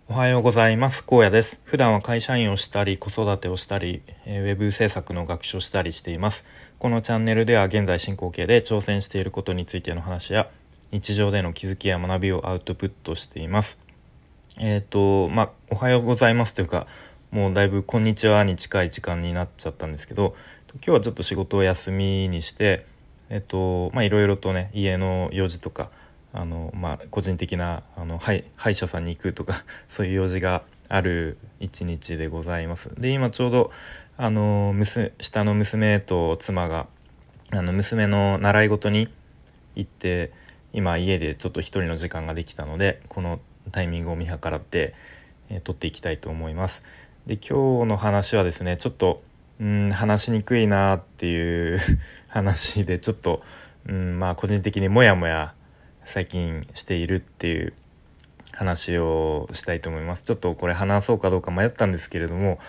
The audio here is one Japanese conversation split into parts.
おはようございます。荒野です。普段は会社員をしたり、子育てをしたり、ウェブ制作の学習をしたりしています。このチャンネルでは現在進行形で挑戦していることについての話や、日常での気づきや学びをアウトプットしています。おはようございますというか、もうだいぶこんにちはに近い時間になっちゃったんですけど、今日はちょっと仕事を休みにして、いろいろとね、家の用事とか、個人的な歯医者さんに行くとかそういう用事がある一日でございます。で、今ちょうど下の娘と妻が娘の習い事に行って、今家でちょっと一人の時間ができたので、このタイミングを見計らって、撮っていきたいと思います。で、今日の話はですね、ちょっと話しにくいなっていう話で、ちょっと個人的にモヤモヤ最近しているっていう話をしたいと思います。ちょっとこれ話そうかどうか迷ったんですけれども、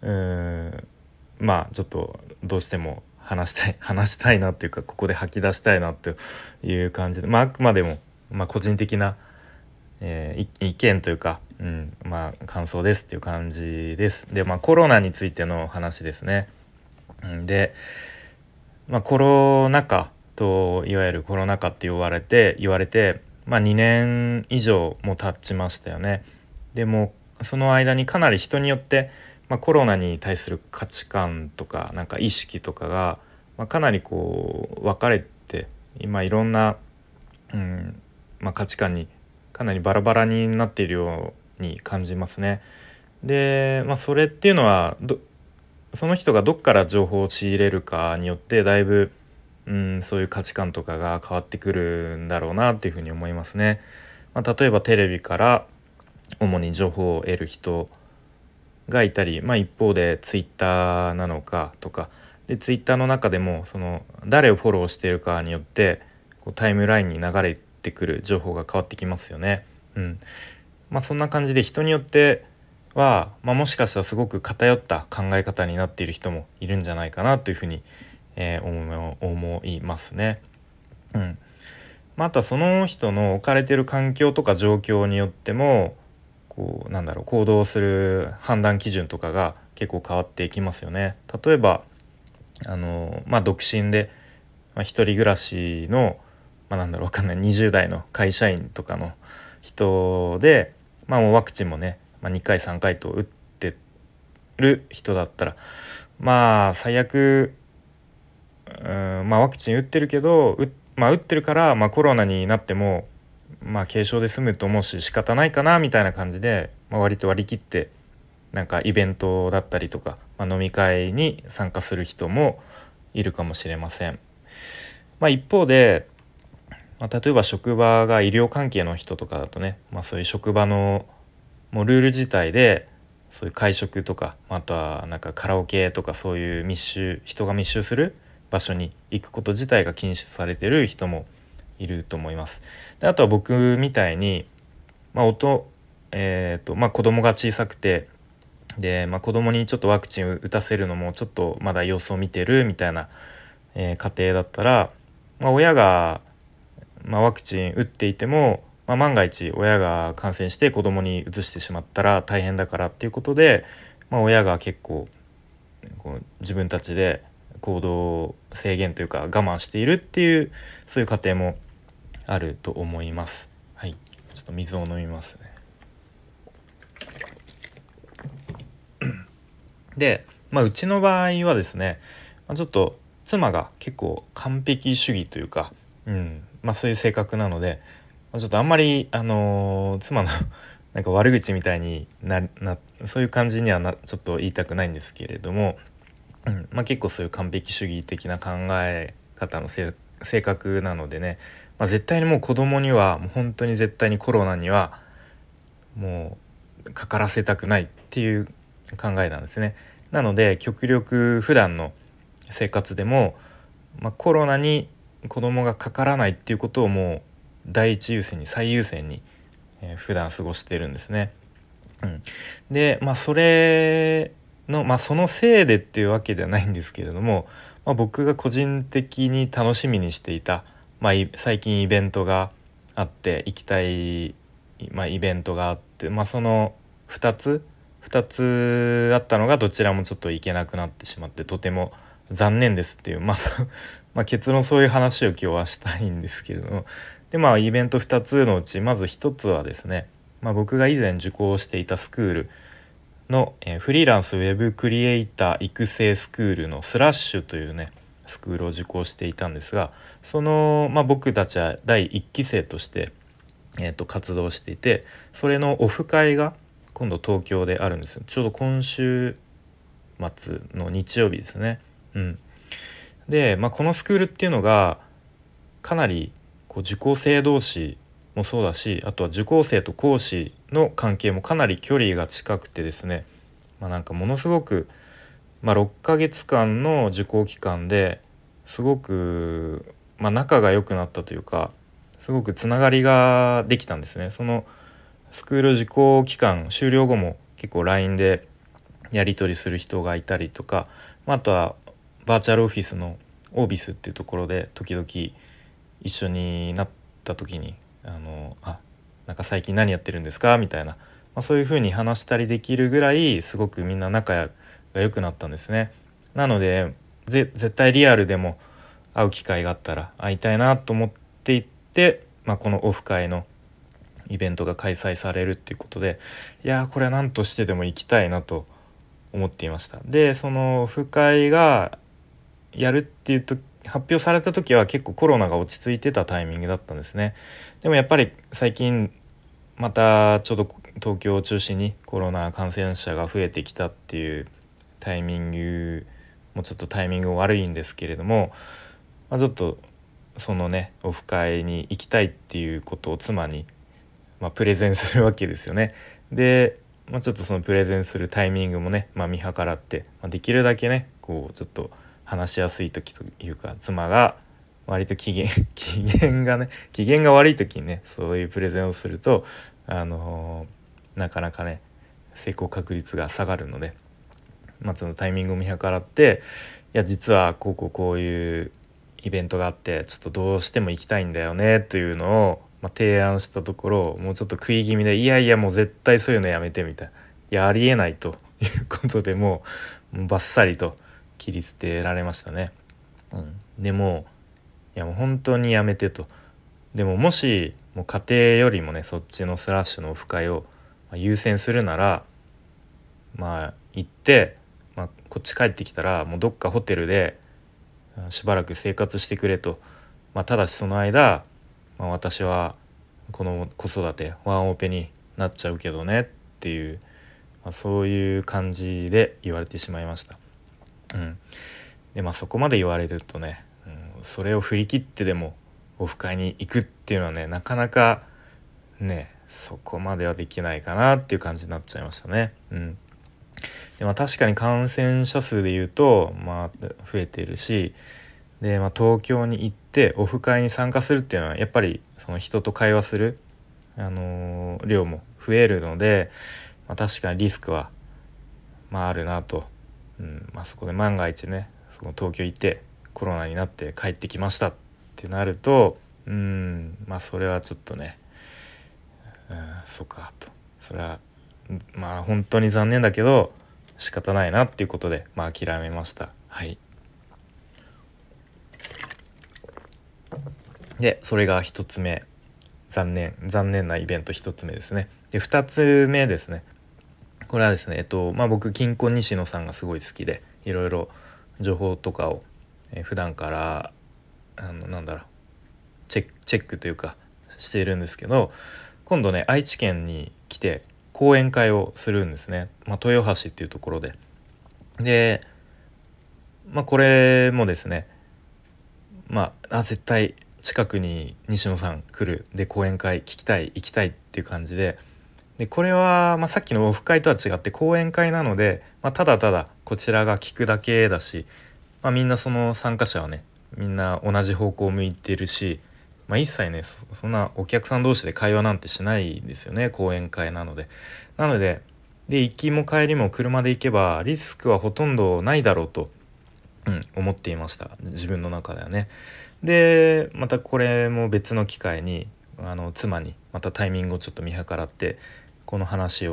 ちょっとどうしても話したいなっていうか、ここで吐き出したいなという感じで、あくまでも、個人的な、意見というか、感想ですっていう感じです。で、コロナについての話ですね。で、コロナ禍と、いわゆるコロナ禍って言われて、2年以上も経ちましたよね。でもその間にかなり人によって、コロナに対する価値観とかなんか意識とかが、かなりこう分かれて、今いろんな、価値観にかなりバラバラになっているように感じますね。で、それっていうのはその人がどっから情報を仕入れるかによってだいぶ、そういう価値観とかが変わってくるんだろうなっていうふうに思いますね。例えばテレビから主に情報を得る人がいたり、一方でツイッターなのかとかで、ツイッターの中でもその誰をフォローしているかによってこうタイムラインに流れてくる情報が変わってきますよね。そんな感じで人によっては、もしかしたらすごく偏った考え方になっている人もいるんじゃないかなというふうに、思いますね。あとはその人の置かれている環境とか状況によっても、行動する判断基準とかが結構変わってきますよね。例えば独身で、一人暮らしの、わかんない20代の会社員とかの人で、もうワクチンもね、2回3回と打ってる人だったら、最悪、ワクチン打ってるけど打ってるから、コロナになっても軽症で済むと思うし仕方ないかなみたいな感じで、割と割り切ってなんかイベントだったりとか、飲み会に参加する人もいるかもしれません。一方で、例えば職場が医療関係の人とかだとね、そういう職場のもうルール自体で、そういう会食とか、あとはなんかカラオケとか、そういう人が密集する場所に行くこと自体が禁止されてる人もいると思います。で、あとは僕みたいに、子供が小さくて、で、子供にちょっとワクチンを打たせるのもちょっとまだ様子を見てるみたいな、家庭だったら、親が、ワクチン打っていても、万が一親が感染して子供に移してしまったら大変だからっていうことで、親が結構自分たちで行動制限というか我慢しているっていう、そういう家庭もあると思います。はい、ちょっと水を飲みますね。で、うちの場合はですね、ちょっと妻が結構完璧主義というか、そういう性格なので、ちょっとあんまり、妻のなんか悪口みたいにそういう感じにはちょっと言いたくないんですけれども、結構そういう完璧主義的な考え方の性格なのでね、絶対にもう子供にはもう本当に絶対にコロナにはもうかからせたくないっていう考えなんですね。なので極力普段の生活でも、コロナに子供がかからないっていうことをもう第一優先に最優先に、普段過ごしているんですね。で、それの、そのせいでっていうわけではないんですけれども、僕が個人的に楽しみにしていた、最近イベントがあって行きたい、イベントがあって、その 2つあったのがどちらもちょっと行けなくなってしまってとても残念ですっていう、結論そういう話を今日はしたいんですけれども、でイベント2つのうちまず1つはですね、僕が以前受講していたスクールの、フリーランスウェブクリエイター育成スクールのスラッシュというねスクールを受講していたんですが、その、僕たちは第1期生として、活動していて、それのオフ会が今度東京であるんですよ。ちょうど今週末の日曜日ですね。で、このスクールっていうのがかなり受講生同士もそうだし、あとは受講生と講師の関係もかなり距離が近くてですね、なんかものすごく、6ヶ月間の受講期間ですごく、仲が良くなったというか、すごくつながりができたんですね。そのスクール受講期間終了後も結構 LINE でやり取りする人がいたりとか、あとはバーチャルオフィスのオービスっていうところで時々一緒になった時になんか最近何やってるんですかみたいな、そういう風に話したりできるぐらいすごくみんな仲が良くなったんですね。なので絶対リアルでも会う機会があったら会いたいなと思っていて、このオフ会のイベントが開催されるっていうことで、いやこれは何としてでも行きたいなと思っていました。でそのオフ会がやるっていうと発表された時は結構コロナが落ち着いてたタイミングだったんですね。でもやっぱり最近またちょうど東京を中心にコロナ感染者が増えてきたっていうタイミングもちょっとタイミング悪いんですけれども、ちょっとそのねオフ会に行きたいっていうことを妻に、プレゼンするわけですよね。で、ちょっとそのプレゼンするタイミングもね、見計らって、できるだけねちょっと話しやすい時というか、妻が割と機嫌機嫌が悪い時にねそういうプレゼンをするとなかなかね成功確率が下がるので、そのタイミングを見計らって、いや実はこういうイベントがあってちょっとどうしても行きたいんだよねというのを、提案したところ、もうちょっと食い気味で、いやいやもう絶対そういうのやめてみたいな、いやありえないということでもうバッサリと切り捨てられましたね。でもいやもう本当にやめてと。でももしもう家庭よりもねそっちのスラッシュのオフ会を優先するなら、行って、こっち帰ってきたらもうどっかホテルでしばらく生活してくれと。ただしその間、私はこの子育てワンオペになっちゃうけどねっていう、そういう感じで言われてしまいました。でそこまで言われるとね、それを振り切ってでもオフ会に行くっていうのはねなかなかねそこまではできないかなっていう感じになっちゃいましたね。で確かに感染者数でいうと増えているし、で、東京に行ってオフ会に参加するっていうのはやっぱりその人と会話する、量も増えるので、確かにリスクはあるなと。そこで万が一ねその東京行ってコロナになって帰ってきましたってなると、それはちょっとね、そうかと、それは本当に残念だけど仕方ないなっていうことで諦めました。でそれが一つ目、残念なイベント一つ目ですね。で二つ目ですね、これはですね僕金婚西野さんがすごい好きでいろいろ情報とかを、普段からチェックというかしているんですけど、今度ね愛知県に来て講演会をするんですね。豊橋っていうところで。でこれもですね絶対近くに西野さん来るで講演会行きたいっていう感じで、これは、さっきのオフ会とは違って講演会なので、ただただこちらが聞くだけだし、みんなその参加者はねみんな同じ方向を向いてるし、一切ねそんなお客さん同士で会話なんてしないんですよね、講演会なので。行きも帰りも車で行けばリスクはほとんどないだろうと、思っていました、自分の中ではね。でまたこれも別の機会に妻にまたタイミングをちょっと見計らってこの話を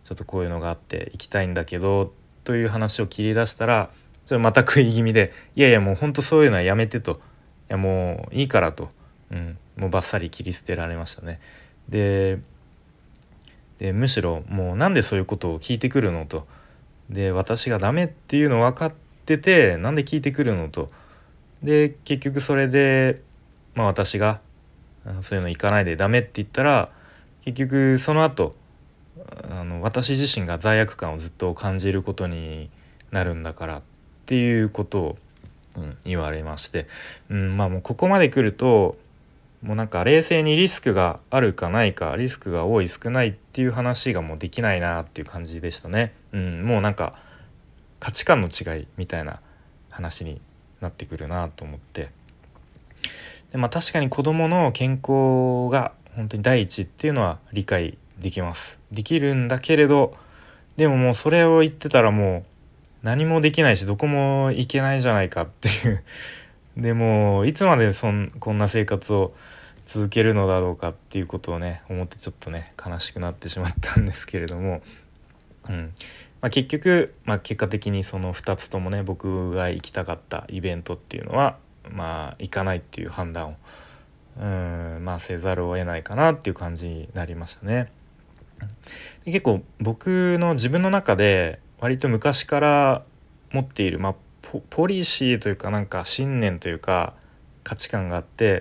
ちょっとこういうのがあって行きたいんだけどという話を切り出したら、ちょっとまた食い気味でいやいやもうほんとそういうのはやめてと、いやもういいからと、もうバッサリ切り捨てられましたね。でむしろもうなんでそういうことを聞いてくるのと、で私がダメっていうの分かっててなんで聞いてくるのと、で結局それで私がそういうの行かないでダメって言ったら、結局その後私自身が罪悪感をずっと感じることになるんだからっていうことを、言われまして、もうここまで来るともうなんか冷静にリスクがあるかないか、リスクが多い少ないっていう話がもうできないなっていう感じでしたね。もうなんか価値観の違いみたいな話になってくるなと思って、で、確かに子どもの健康が本当に第一っていうのは理解できます。できるんだけれど、でももうそれを言ってたらもう何もできないしどこも行けないじゃないかっていうでもいつまでこんな生活を続けるのだろうかっていうことをね思ってちょっとね悲しくなってしまったんですけれども、結局、結果的にその2つともね僕が行きたかったイベントっていうのは行かないっていう判断をせざるを得ないかなっていう感じになりましたね。で結構僕の自分の中で割と昔から持っている、ポリシーというかなんか信念というか価値観があって、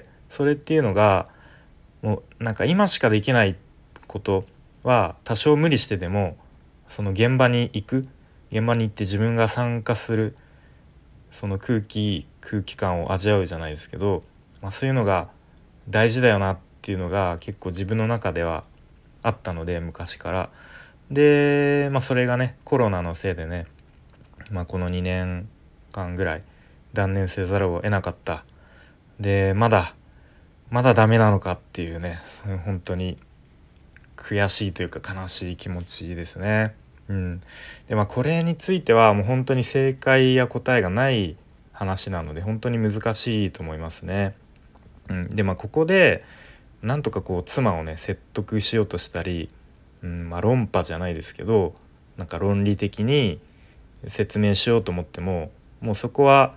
それっていうのがもうなんか今しかできないことは多少無理してでもその現場に行って自分が参加するその空気感を味わうじゃないですけど、そういうのが大事だよなっていうのが結構自分の中ではあったので昔から。で、それがねコロナのせいでね、この2年間ぐらい断念せざるを得なかった。でまだダメなのかっていうね本当に悔しいというか悲しい気持ちですね。でこれについてはもう本当に正解や答えがない話なので本当に難しいと思いますね。でここでなんとかこう妻をね説得しようとしたり、論破じゃないですけどなんか論理的に説明しようと思ってももうそこは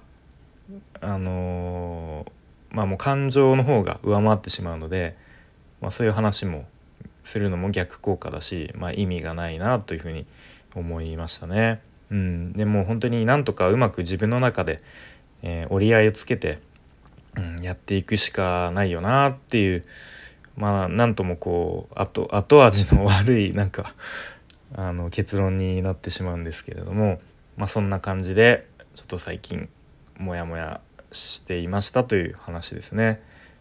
もう感情の方が上回ってしまうので、そういう話もするのも逆効果だし、意味がないなというふうに思いましたね。でも本当になんとかうまく自分の中で、折り合いをつけて、やっていくしかないよなっていう、なんともこう後味の悪いなんか結論になってしまうんですけれども、そんな感じでちょっと最近モヤモヤしていましたという話ですね。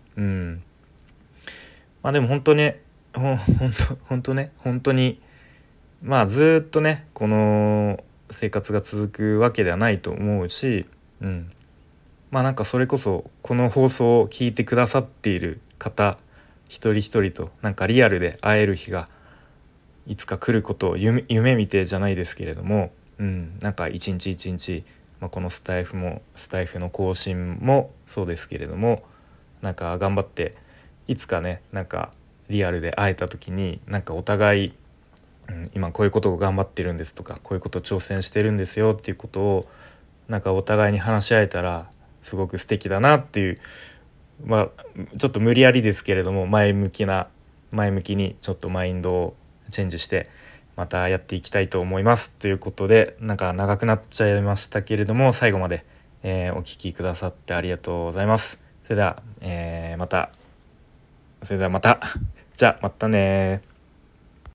でも本当ね本当にずっとねこの生活が続くわけではないと思うし、なんかそれこそこの放送を聞いてくださっている方一人一人となんかリアルで会える日がいつか来ることを夢見てじゃないですけれども、なんか一日一日、このスタイフの更新もそうですけれどもなんか頑張っていつかねなんかリアルで会えた時になんかお互い、今こういうことを頑張ってるんですとかこういうことを挑戦してるんですよっていうことをなんかお互いに話し合えたらすごく素敵だなっていう、ちょっと無理やりですけれども前向きにちょっとマインドをチェンジしてまたやっていきたいと思いますということで、なんか長くなっちゃいましたけれども最後まで、お聞きくださってありがとうございます。それではまたじゃあまたね。